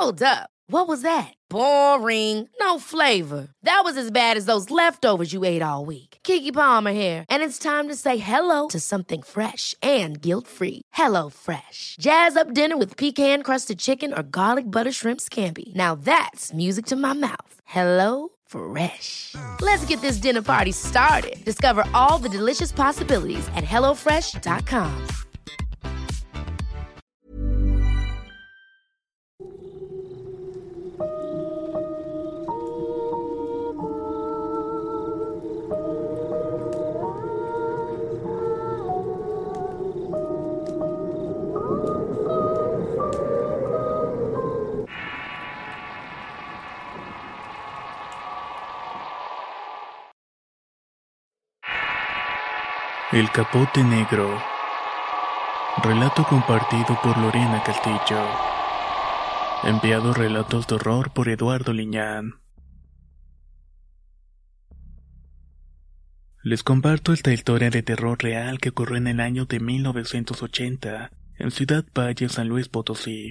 Hold up. What was that? Boring. No flavor. That was as bad as those leftovers you ate all week. Keke Palmer here, and it's time to say hello to something fresh and guilt-free. Hello Fresh. Jazz up dinner with pecan-crusted chicken or garlic butter shrimp scampi. Now that's music to my mouth. Hello Fresh. Let's get this dinner party started. Discover all the delicious possibilities at hellofresh.com. El capote negro. Relato compartido por Lorena Castillo. Enviado Relatos de Horror por Eduardo Liñán. Les comparto esta historia de terror real que ocurrió en el año de 1980, en Ciudad Valle, San Luis Potosí.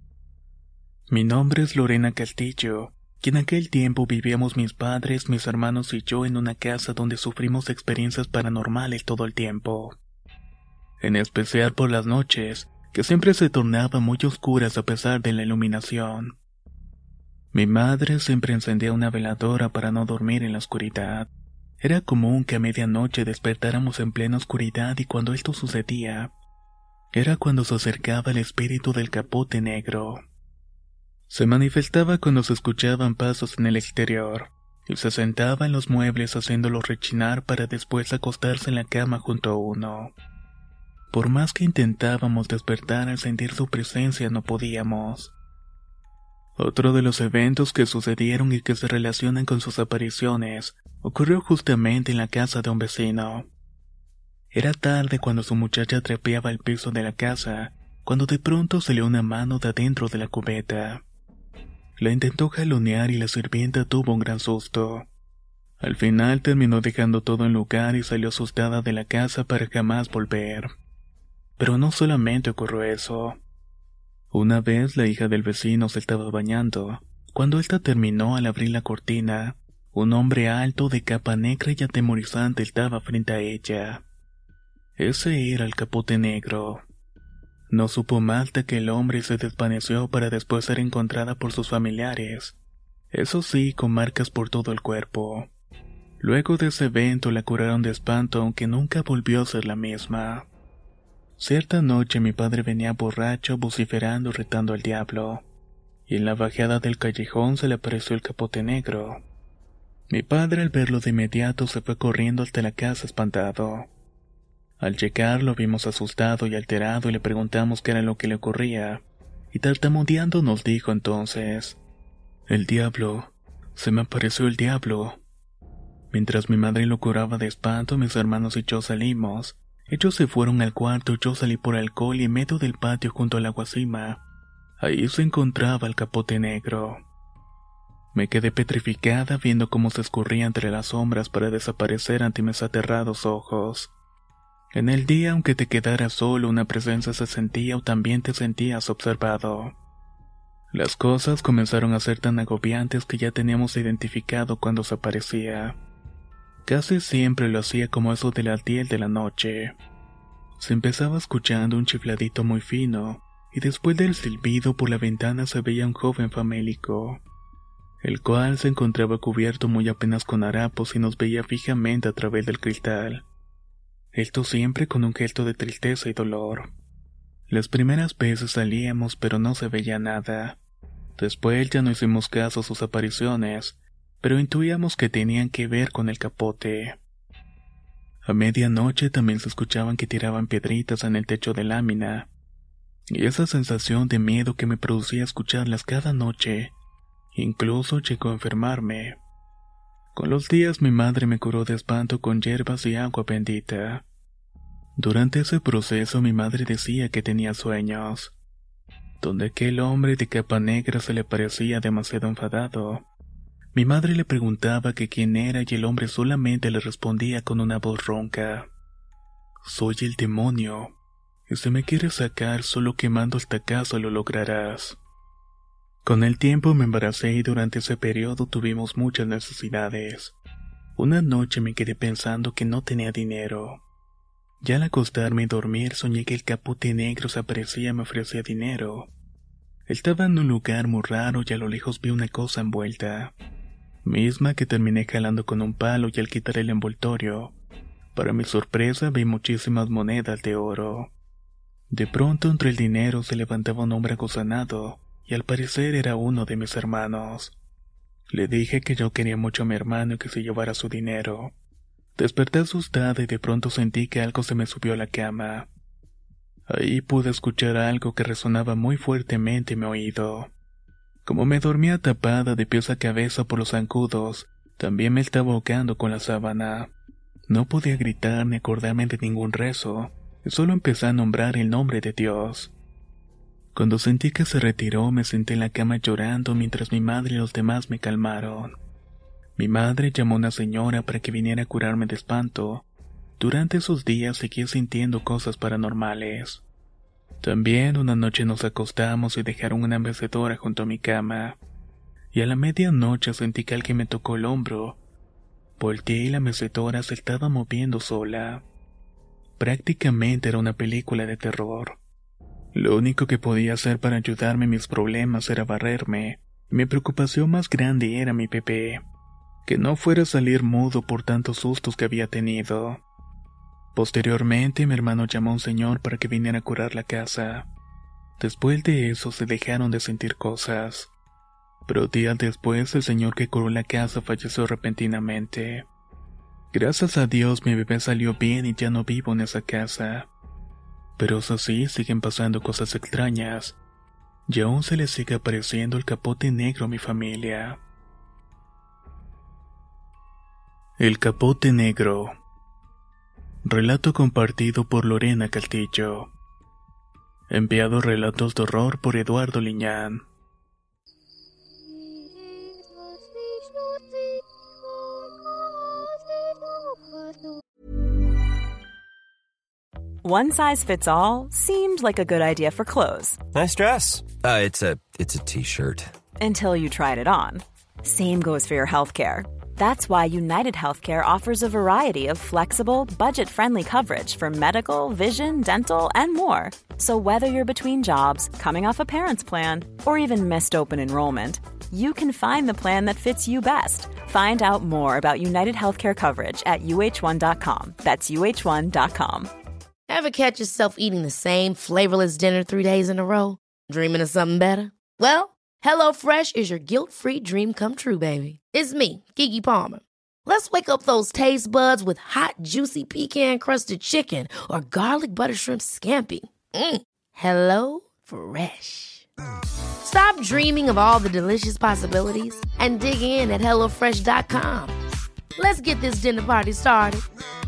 Mi nombre es Lorena Castillo, y en aquel tiempo vivíamos mis padres, mis hermanos y yo en una casa donde sufrimos experiencias paranormales todo el tiempo. En especial por las noches, que siempre se tornaban muy oscuras a pesar de la iluminación. Mi madre siempre encendía una veladora para no dormir en la oscuridad. Era común que a medianoche despertáramos en plena oscuridad y cuando esto sucedía, era cuando se acercaba el espíritu del capote negro. Se manifestaba cuando se escuchaban pasos en el exterior, y se sentaba en los muebles haciéndolos rechinar para después acostarse en la cama junto a uno. Por más que intentábamos despertar al sentir su presencia, no podíamos. Otro de los eventos que sucedieron y que se relacionan con sus apariciones ocurrió justamente en la casa de un vecino. Era tarde cuando su muchacha trepeaba el piso de la casa, cuando de pronto salió una mano de adentro de la cubeta. La intentó jalonear y la sirvienta tuvo un gran susto. Al final terminó dejando todo en lugar y salió asustada de la casa para jamás volver. Pero no solamente ocurrió eso. Una vez la hija del vecino se estaba bañando. Cuando ésta terminó, al abrir la cortina, un hombre alto de capa negra y atemorizante estaba frente a ella. Ese era el capote negro. No supo más hasta que el hombre se desvaneció para después ser encontrada por sus familiares. Eso sí, con marcas por todo el cuerpo. Luego de ese evento la curaron de espanto, aunque nunca volvió a ser la misma. Cierta noche mi padre venía borracho, vociferando y retando al diablo, y en la bajada del callejón se le apareció el capote negro. Mi padre al verlo de inmediato se fue corriendo hasta la casa espantado. Al llegar lo vimos asustado y alterado y le preguntamos qué era lo que le ocurría, y tartamudeando nos dijo entonces: «El diablo, se me apareció el diablo». Mientras mi madre lo curaba de espanto, mis hermanos y yo salimos. Ellos se fueron al cuarto y yo salí por alcohol y en medio del patio junto al aguacima. Ahí se encontraba el capote negro. Me quedé petrificada viendo cómo se escurría entre las sombras para desaparecer ante mis aterrados ojos. En el día, aunque te quedaras solo, una presencia se sentía o también te sentías observado. Las cosas comenzaron a ser tan agobiantes que ya teníamos identificado cuando se aparecía. Casi siempre lo hacía como eso de las 10 de la noche. Se empezaba escuchando un chifladito muy fino, y después del silbido por la ventana se veía un joven famélico, el cual se encontraba cubierto muy apenas con harapos y nos veía fijamente a través del cristal. Esto siempre con un gesto de tristeza y dolor. Las primeras veces salíamos pero no se veía nada. Después ya no hicimos caso a sus apariciones, pero intuíamos que tenían que ver con el capote. A medianoche también se escuchaban que tiraban piedritas en el techo de lámina, y esa sensación de miedo que me producía escucharlas cada noche, incluso llegó a enfermarme. Con los días mi madre me curó de espanto con hierbas y agua bendita. Durante ese proceso mi madre decía que tenía sueños, donde aquel hombre de capa negra se le parecía demasiado enfadado. Mi madre le preguntaba que quién era y el hombre solamente le respondía con una voz ronca: «Soy el demonio, y si me quieres sacar solo quemando esta casa lo lograrás». Con el tiempo me embaracé y durante ese periodo tuvimos muchas necesidades. Una noche me quedé pensando que no tenía dinero. Ya al acostarme y dormir soñé que el capote negro se aparecía y me ofrecía dinero. Estaba en un lugar muy raro y a lo lejos vi una cosa envuelta, misma que terminé jalando con un palo y al quitar el envoltorio, para mi sorpresa vi muchísimas monedas de oro. De pronto entre el dinero se levantaba un hombre aguzanado y al parecer era uno de mis hermanos. Le dije que yo quería mucho a mi hermano y que se llevara su dinero. Desperté asustada y de pronto sentí que algo se me subió a la cama. Ahí pude escuchar algo que resonaba muy fuertemente en mi oído. Como me dormía tapada de pies a cabeza por los zancudos, también me estaba ahogando con la sábana. No podía gritar ni acordarme de ningún rezo, solo empecé a nombrar el nombre de Dios. Cuando sentí que se retiró, me senté en la cama llorando mientras mi madre y los demás me calmaron. Mi madre llamó a una señora para que viniera a curarme de espanto. Durante esos días seguí sintiendo cosas paranormales. También una noche nos acostamos y dejaron una mecedora junto a mi cama. Y a la medianoche sentí que alguien me tocó el hombro. Volteé y la mecedora se estaba moviendo sola. Prácticamente era una película de terror. Lo único que podía hacer para ayudarme en mis problemas era barrerme. Mi preocupación más grande era mi bebé. Que no fuera a salir mudo por tantos sustos que había tenido. Posteriormente, mi hermano llamó a un señor para que viniera a curar la casa. Después de eso, se dejaron de sentir cosas. Pero días después, el señor que curó la casa falleció repentinamente. Gracias a Dios, mi bebé salió bien y ya no vivo en esa casa. Pero eso sí, siguen pasando cosas extrañas. Y aún se le sigue apareciendo el capote negro a mi familia. El capote negro. Relato compartido por Lorena Castillo. Enviado Relatos de Horror por Eduardo Liñán. One size fits all seemed like a good idea for clothes. Nice dress. It's a t-shirt. Until you tried it on. Same goes for your healthcare. That's why United Healthcare offers a variety of flexible, budget-friendly coverage for medical, vision, dental, and more. So whether you're between jobs, coming off a parent's plan, or even missed open enrollment, you can find the plan that fits you best. Find out more about United Healthcare coverage at uh1.com. That's uh1.com. Ever catch yourself eating the same flavorless dinner 3 days in a row? Dreaming of something better? Well, HelloFresh is your guilt-free dream come true, baby. It's me, Keke Palmer. Let's wake up those taste buds with hot, juicy pecan-crusted chicken or garlic butter shrimp scampi. Hello Fresh. Stop dreaming of all the delicious possibilities and dig in at HelloFresh.com. Let's get this dinner party started.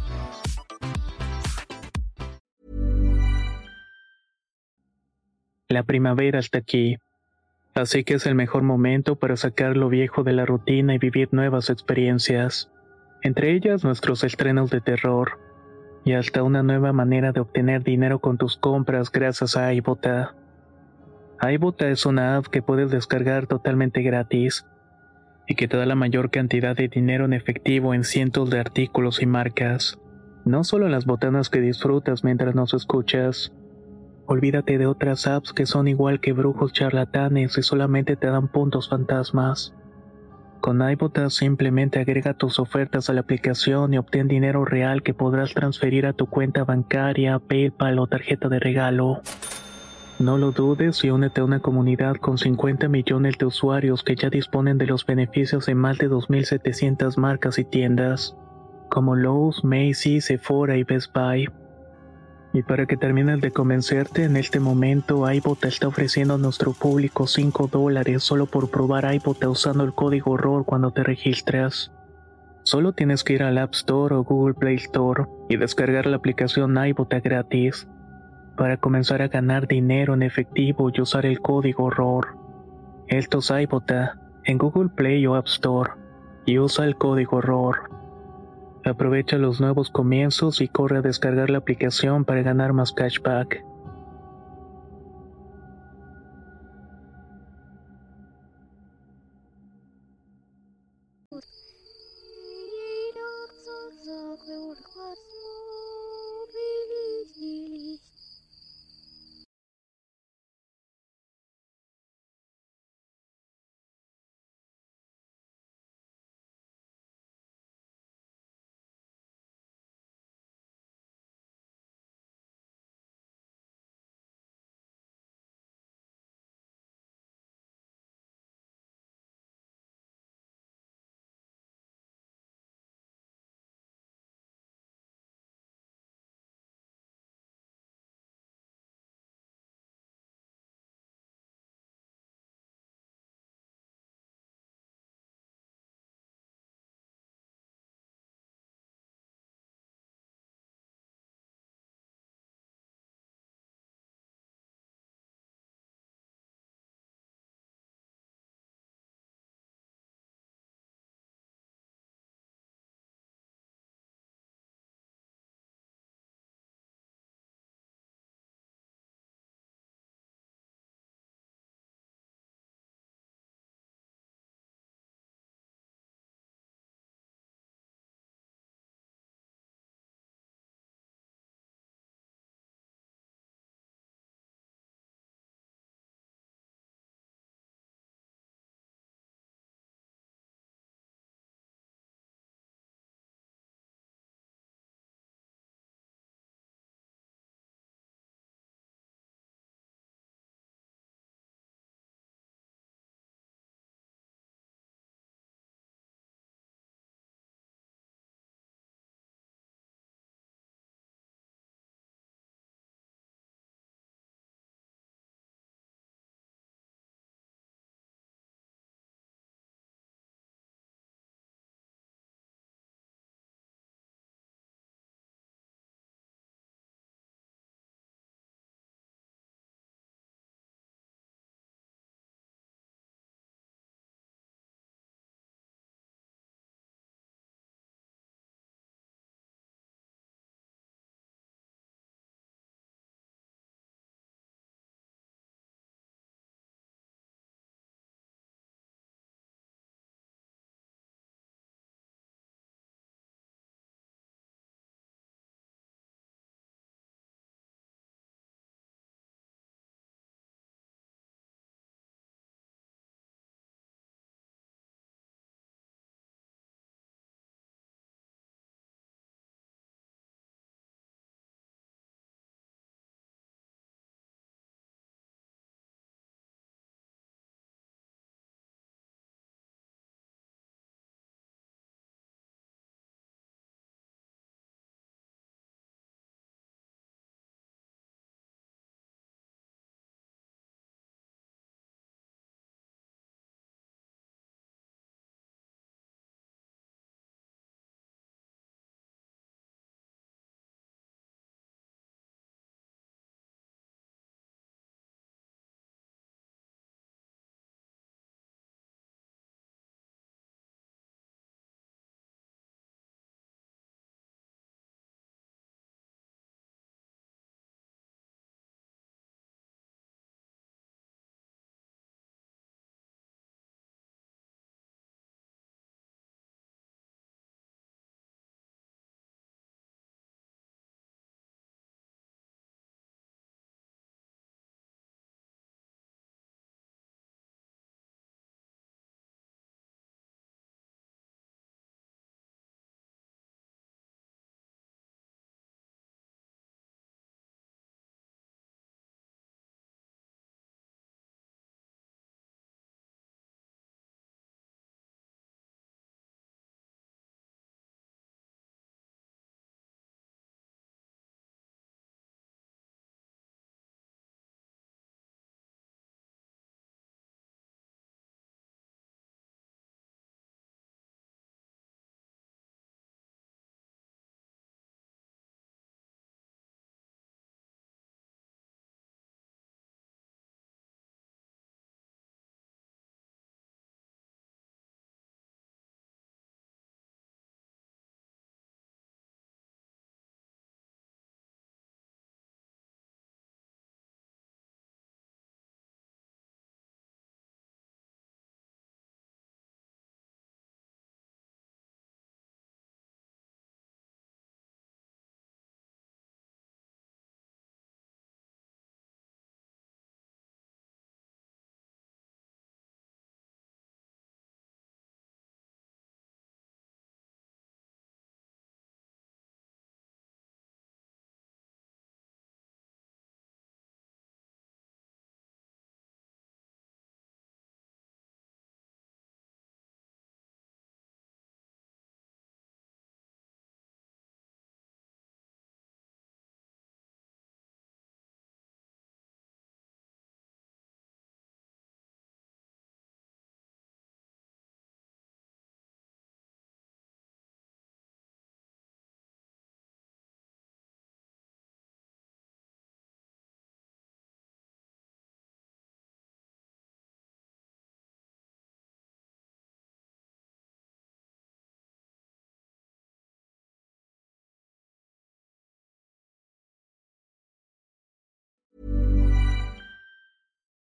La primavera está aquí, así que es el mejor momento para sacar lo viejo de la rutina y vivir nuevas experiencias, entre ellas nuestros estrenos de terror, y hasta una nueva manera de obtener dinero con tus compras gracias a iBota. iBota es una app que puedes descargar totalmente gratis, y que te da la mayor cantidad de dinero en efectivo en cientos de artículos y marcas, no solo en las botanas que disfrutas mientras nos escuchas. Olvídate de otras apps que son igual que brujos charlatanes y solamente te dan puntos fantasmas. Con iBota simplemente agrega tus ofertas a la aplicación y obtén dinero real que podrás transferir a tu cuenta bancaria, PayPal o tarjeta de regalo. No lo dudes y únete a una comunidad con 50 millones de usuarios que ya disponen de los beneficios de más de 2.700 marcas y tiendas, como Lowe's, Macy's, Sephora y Best Buy. Y para que termines de convencerte, en este momento iBota está ofreciendo a nuestro público $5 solo por probar iBota usando el código HORROR cuando te registras. Solo tienes que ir al App Store o Google Play Store y descargar la aplicación iBota gratis para comenzar a ganar dinero en efectivo y usar el código HORROR. Esto es iBota en Google Play o App Store y usa el código HORROR. Aprovecha los nuevos comienzos y corre a descargar la aplicación para ganar más cashback.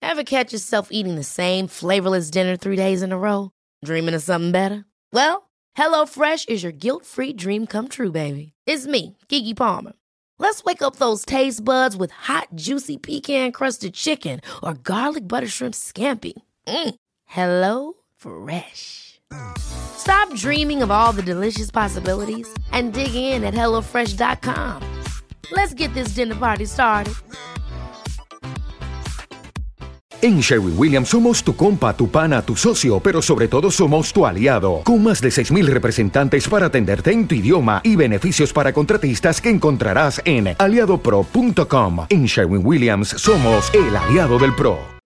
Ever catch yourself eating the same flavorless dinner 3 days in a row? Dreaming of something better? Well, HelloFresh is your guilt-free dream come true, baby. It's me, Keke Palmer. Let's wake up those taste buds with hot, juicy pecan-crusted chicken or garlic butter shrimp scampi. Hello Fresh. Stop dreaming of all the delicious possibilities and dig in at HelloFresh.com. Let's get this dinner party started. En Sherwin-Williams somos tu compa, tu pana, tu socio, pero sobre todo somos tu aliado, con más de 6,000 representantes para atenderte en tu idioma y beneficios para contratistas que encontrarás en aliadopro.com. En Sherwin-Williams somos el aliado del pro.